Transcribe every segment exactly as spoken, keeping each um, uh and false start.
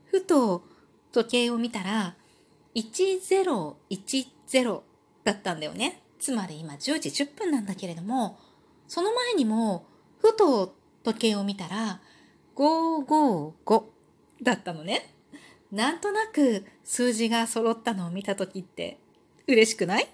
ふと時計を見たらいちぜろいちぜろだったんだよね。つまり今じゅうじじゅっぷんなんだけれども、その前にもふと時計を見たらごひゃくごじゅうごだったのね。なんとなく数字が揃ったのを見たときって嬉しくない？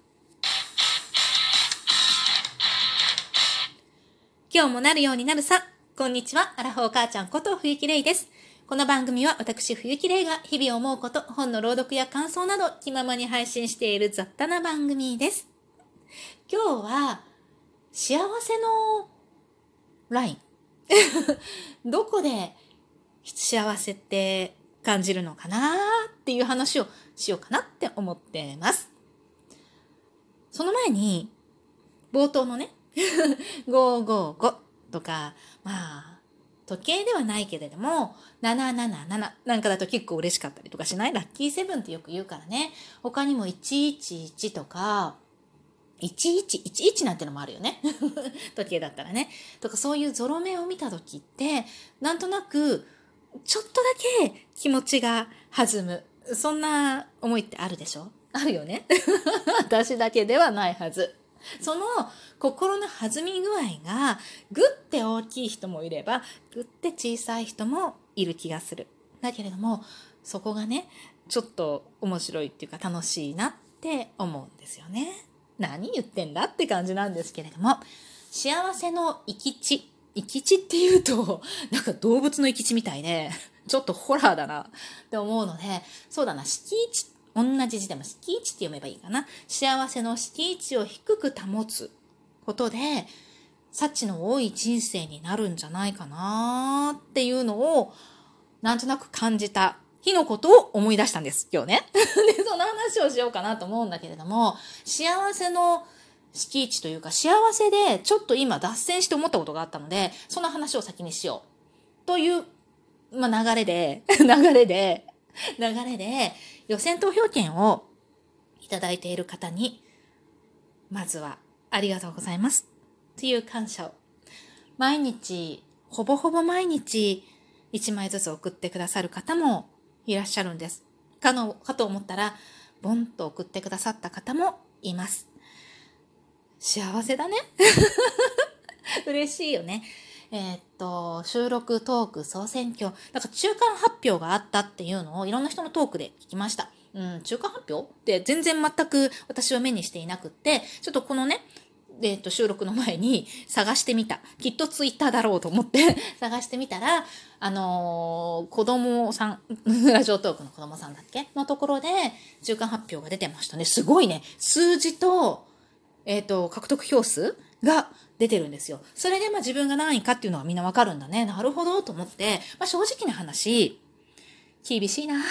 今日もなるようになるさ。こんにちは、アラフォー母ちゃんこと冬木玲です。この番組は私冬木玲が日々思うこと、本の朗読や感想など気ままに配信している雑多な番組です。今日は幸せのラインどこで幸せって感じるのかなっていう話をしようかなって思ってます。その前に冒頭のねごひゃくごじゅうごとか、まあ時計ではないけれどもななななななんかだと結構嬉しかったりとかしない？ラッキーセブンってよく言うからね。他にもいちいちいちとかいちいちいちいちなんてのもあるよね時計だったらね。とかそういうゾロ目を見た時ってなんとなくちょっとだけ気持ちが弾む、そんな思いってあるでしょ？あるよね私だけではないはず。その心の弾み具合がぐって大きい人もいればぐって小さい人もいる気がする。だけれどもそこがねちょっと面白いっていうか楽しいなって思うんですよね。何言ってんだって感じなんですけれども、幸せの生き地生き地っていうとなんか動物の生き地みたいでちょっとホラーだなって思うので、そうだな、敷地、同じ字でも敷地って読めばいいかな。幸せの敷地を低く保つことで幸の多い人生になるんじゃないかなっていうのをなんとなく感じた日のことを思い出したんです今日ねでその話をしようかなと思うんだけれども、幸せの敷地というか幸せでちょっと今脱線して思ったことがあったので、その話を先にしようという、まあ、流れで流れで流れで予選投票権をいただいている方にまずはありがとうございますっていう感謝を、毎日ほぼほぼ毎日いちまいずつ送ってくださる方もいらっしゃるんですかのかと思ったらボンと送ってくださった方もいます。幸せだね嬉しいよね。えー、っと収録トーク総選挙なんか中間発表があったっていうのをいろんな人のトークで聞きました。うん、中間発表って全然全く私は目にしていなくって、ちょっとこのねえー、っと収録の前に探してみた。きっとツイッターだろうと思って探してみたら、あのー、子供さんラジオトークの子供さんだっけのところで中間発表が出てましたね。すごいね、数字とえっと、獲得票数が出てるんですよ。それでまあ自分が何位かっていうのはみんなわかるんだね。なるほどと思って、まあ正直な話、厳しいな。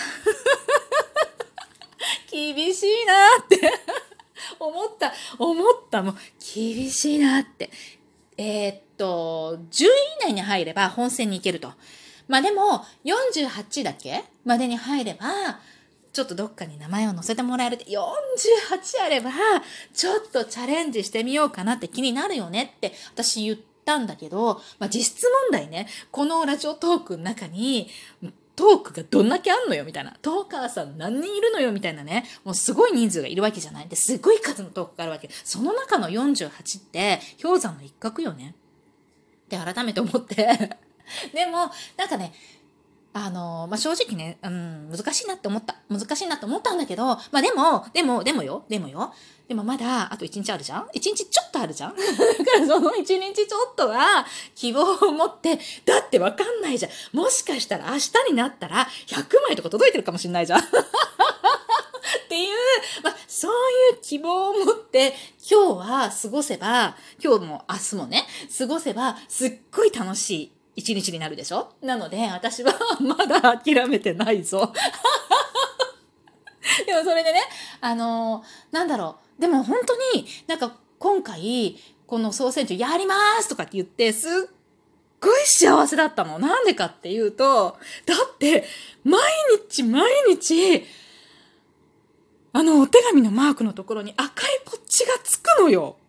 厳しいなって思った、思った、もう厳しいなって。えー、っと、じゅうい以内に入れば本戦に行けると。まあでも、よんじゅうはちだけまでに入れば、ちょっとどっかに名前を載せてもらえるって、よんじゅうはちあれば、ちょっとチャレンジしてみようかなって気になるよねって私言ったんだけど、まあ実質問題ね、このラジオトークの中に、トークがどんだけあんのよみたいな。トーカーさん何人いるのよみたいなね。もうすごい人数がいるわけじゃない。で、すごい数のトークがあるわけ。その中のよんじゅうはちって氷山の一角よね。って改めて思って。でも、なんかね、あの、まあ、正直ね、うん、難しいなって思った。難しいなって思ったんだけど、まあ、でも、でも、でもよ、でもよ。でもまだ、あと一日あるじゃん？一日ちょっとあるじゃんだからその一日ちょっとは、希望を持って、だってわかんないじゃん。もしかしたら明日になったら、ひゃくまいとか届いてるかもしれないじゃん。っていう、まあ、そういう希望を持って、今日は過ごせば、今日も明日もね、過ごせば、すっごい楽しい。一日になるでしょ。なので私はまだ諦めてないぞでもそれでね、あのー、なんだろう、でも本当になんか今回この総選挙やりますとかって言ってすっごい幸せだったの。なんでかっていうと、だって毎日毎日あのお手紙のマークのところに赤いポッチがつくのよ。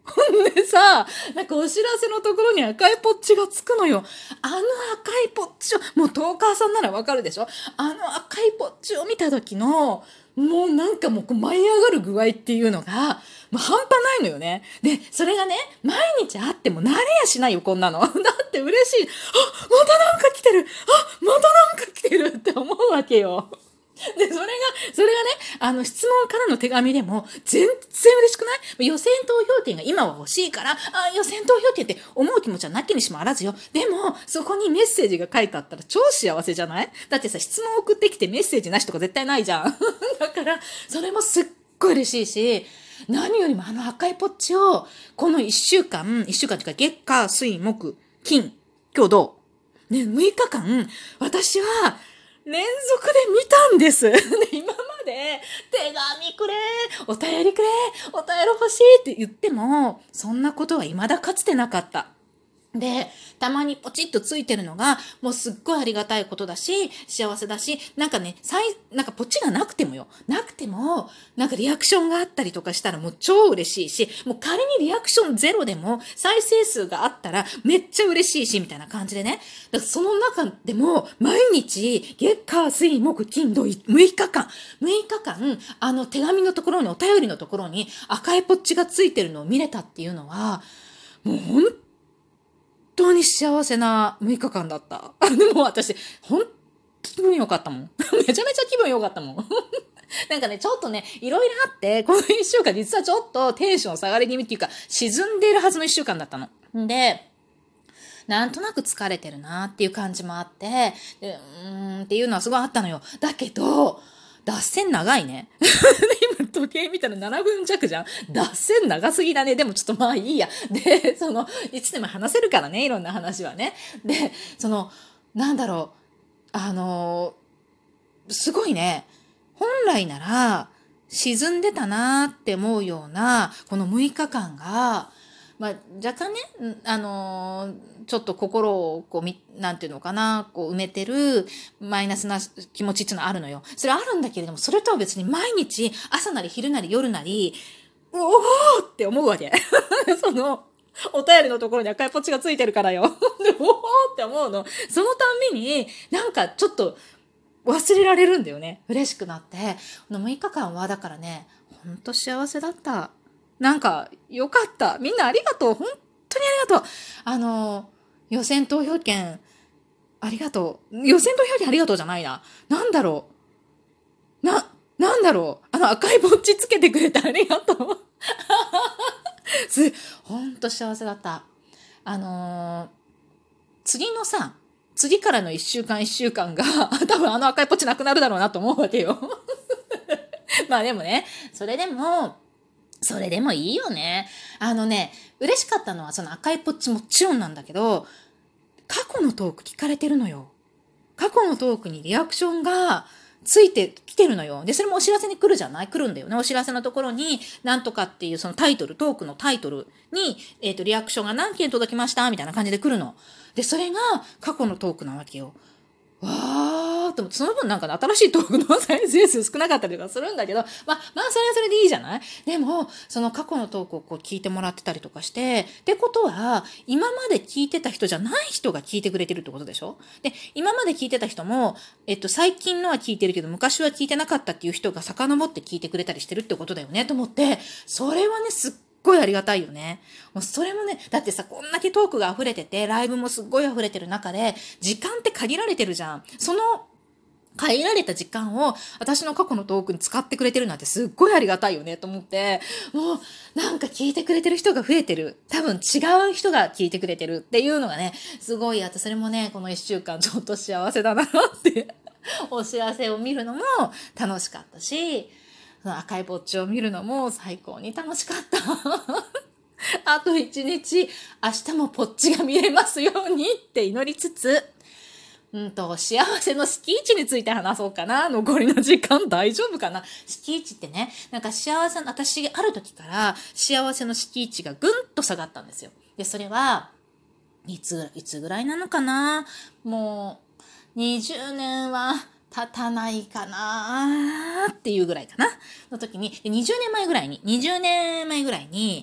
でさ、なんかお知らせのところに赤いポッチがつくのよ。あの赤いポッチを、もうトーカーさんならわかるでしょ？あの赤いポッチを見た時の、もうなんかもう舞い上がる具合っていうのが、もう半端ないのよね。で、それがね、毎日あっても慣れやしないよ、こんなの。だって嬉しい。あ、またなんか来てる。あ、またなんか来てるって思うわけよ。で、それが、それがね、あの、質問からの手紙でも、全然嬉しくない？予選投票権が今は欲しいから、あ、予選投票権って思う気持ちはなきにしもあらずよ。でも、そこにメッセージが書いてあったら超幸せじゃない？だってさ、質問送ってきてメッセージなしとか絶対ないじゃん。だから、それもすっごい嬉しいし、何よりもあの赤いポッチを、この一週間、一週間というか月火水木金、今日どう？ね、むいかかん、私は、連続で見たんです。で、今まで、手紙くれ、お便りくれ、お便り欲しいって言っても、そんなことは未だかつてなかった。で、たまにポチッとついてるのが、もうすっごいありがたいことだし、幸せだし、なんかね、さい、なんかポチがなくてもよ。なくても、なんかリアクションがあったりとかしたらもう超嬉しいし、もう仮にリアクションゼロでも再生数があったらめっちゃ嬉しいし、みたいな感じでね。だからその中でも、毎日、月火水木金土むいかかん、むいかかん、あの手紙のところに、お便りのところに赤いポッチがついてるのを見れたっていうのは、もう本当本当に幸せなむいかかんだった。でも私、本当に気分良かったもん。めちゃめちゃ気分良かったもん。なんかね、ちょっとね、いろいろあって、この一週間実はちょっとテンション下がり気味っていうか、沈んでいるはずの一週間だったの。で、なんとなく疲れてるなっていう感じもあって、でうーんっていうのはすごいあったのよ。だけど、脱線長いね。今時計見たらななふん弱じゃん。脱線長すぎだね。でもちょっとまあいいや。で、その、いつでも話せるからね、いろんな話はね。で、その、なんだろう、あの、すごいね、本来なら沈んでたなって思うような、このむいかかんが、まあ、若干ね、あのー、ちょっと心をこうみ、なんていうのかな、こう埋めてるマイナスな気持ちっていうのはあるのよ。それあるんだけれども、それとは別に毎日朝なり昼なり夜なり、おおって思うわけ。その、お便りのところに赤いポチがついてるからよ。で、おおって思うの。そのたんびに、なんかちょっと忘れられるんだよね。嬉しくなって。このむいかかんは、だからね、ほんと幸せだった。なんか、よかった。みんなありがとう。本当にありがとう。あの、予選投票権、ありがとう。予選投票権ありがとうじゃないな。なんだろう。な、なんだろう。あの赤いぼっちつけてくれてありがとう。す、ほんと幸せだった。あのー、次のさ、次からの一週間一週間が、多分あの赤いポチなくなるだろうなと思うわけよ。まあでもね、それでも、それでもいいよね。あのね、嬉しかったのはその赤いポッチもちろんなんだけど、過去のトーク聞かれてるのよ。過去のトークにリアクションがついてきてるのよ。で、それもお知らせに来るじゃない？来るんだよね。お知らせのところに、なんとかっていうそのタイトル、トークのタイトルに、えっと、リアクションが何件届きましたみたいな感じで来るの。で、それが過去のトークなわけよ。わーっと思って、その分なんか、ね、新しいトークの再生数少なかったりとかするんだけど、まあ、まあ、それはそれでいいじゃない？でも、その過去のトークをこう聞いてもらってたりとかして、ってことは、今まで聞いてた人じゃない人が聞いてくれてるってことでしょ？で、今まで聞いてた人も、えっと、最近のは聞いてるけど、昔は聞いてなかったっていう人が遡って聞いてくれたりしてるってことだよね、と思って、それはね、すっすっごいありがたいよね。もうそれもね、だってさ、こんだけトークが溢れてて、ライブもすっごい溢れてる中で、時間って限られてるじゃん。その限られた時間を私の過去のトークに使ってくれてるなんてすっごいありがたいよねと思って、もうなんか聞いてくれてる人が増えてる。多分違う人が聞いてくれてるっていうのがね、すごいあって、それもね、この一週間ちょっと幸せだなってお知らせを見るのも楽しかったし、その赤いポッチを見るのも最高に楽しかった。あと一日、明日もポッチが見れますようにって祈りつつ、うんと、幸せの敷地について話そうかな。残りの時間大丈夫かな。敷地ってね、なんか幸せの、私ある時から幸せの敷地がぐんと下がったんですよ。で、それは、いつ、いつぐらいなのかな。もう、にじゅうねんは、経たないかなっていうぐらいかなの時に、にじゅうねんまえぐらいに、にじゅうねんまえぐらいに、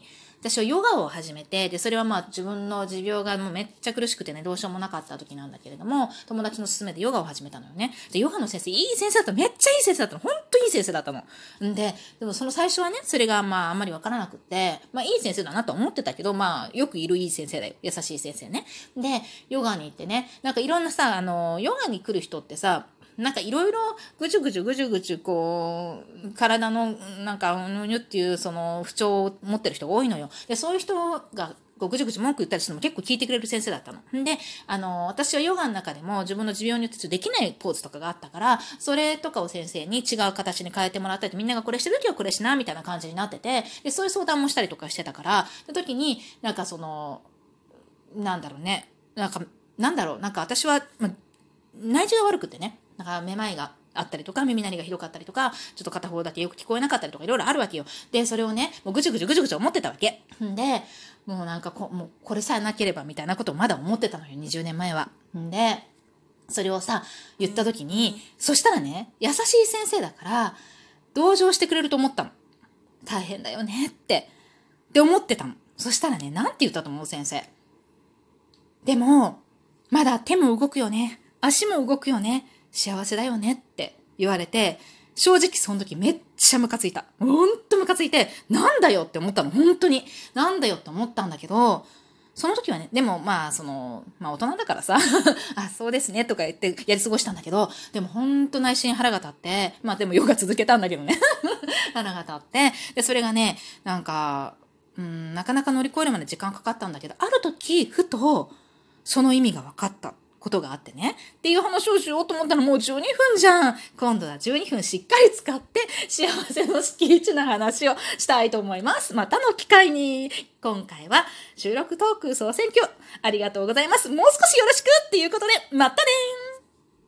私はヨガを始めて、で、それはまあ自分の持病がもうめっちゃ苦しくてね、どうしようもなかった時なんだけれども、友達の勧めでヨガを始めたのよね。で、ヨガの先生、いい先生だったの。めっちゃいい先生だったの。本当にいい先生だったの。んで、でもその最初はね、それがまああんまりわからなくって、まあいい先生だなと思ってたけど、まあよくいるいい先生だよ。優しい先生ね。で、ヨガに行ってね、なんかいろんなさ、あの、ヨガに来る人ってさ、なんかいろいろぐちゅぐちゅぐちゅぐちゅこう体のなんかうぬにゅっていうその不調を持ってる人が多いのよ。でそういう人がこうぐちゅぐちゅ文句言ったりするのも結構聞いてくれる先生だったの。で、あの私はヨガの中でも自分の持病によってできないポーズとかがあったから、それとかを先生に違う形に変えてもらったり、みんながこれしてる時はこれしなみたいな感じになってて、でそういう相談もしたりとかしてたから、で時になんかそのなんだろうね、なんかなんだろうなんか私は、ま、内耳が悪くてね。だからめまいがあったりとか、耳鳴りがひどかったりとか、ちょっと片方だけよく聞こえなかったりとかいろいろあるわけよ。で、それをね、もうぐちゅぐちゅぐちゅぐちゅ思ってたわけ。んで、もうなんかこ、もうこれさえなければみたいなことをまだ思ってたのよ、にじゅうねんまえは。んで、それをさ、言った時に、そしたらね、優しい先生だから、同情してくれると思ったの。大変だよねって。って思ってたの。そしたらね、なんて言ったと思う先生。でも、まだ手も動くよね。足も動くよね。幸せだよねって言われて、正直その時めっちゃムカついた。ほんとムカついて、なんだよって思ったの。本当に。なんだよって思ったんだけど、その時はね、でもまあ、その、まあ大人だからさ、あ、そうですねとか言ってやり過ごしたんだけど、でもほんと内心腹が立って、まあでもヨガ続けたんだけどね。腹が立って、で、それがね、なんか、うん、なかなか乗り越えるまで時間かかったんだけど、ある時、ふと、その意味が分かったことがあってね。っていう話をしようと思ったらもうじゅうにふんじゃん。今度はじゅうにふんしっかり使って幸せのスキーチの話をしたいと思います。またの機会に。今回は収録トーク総選挙ありがとうございます。もう少しよろしくっていうことで、またねー。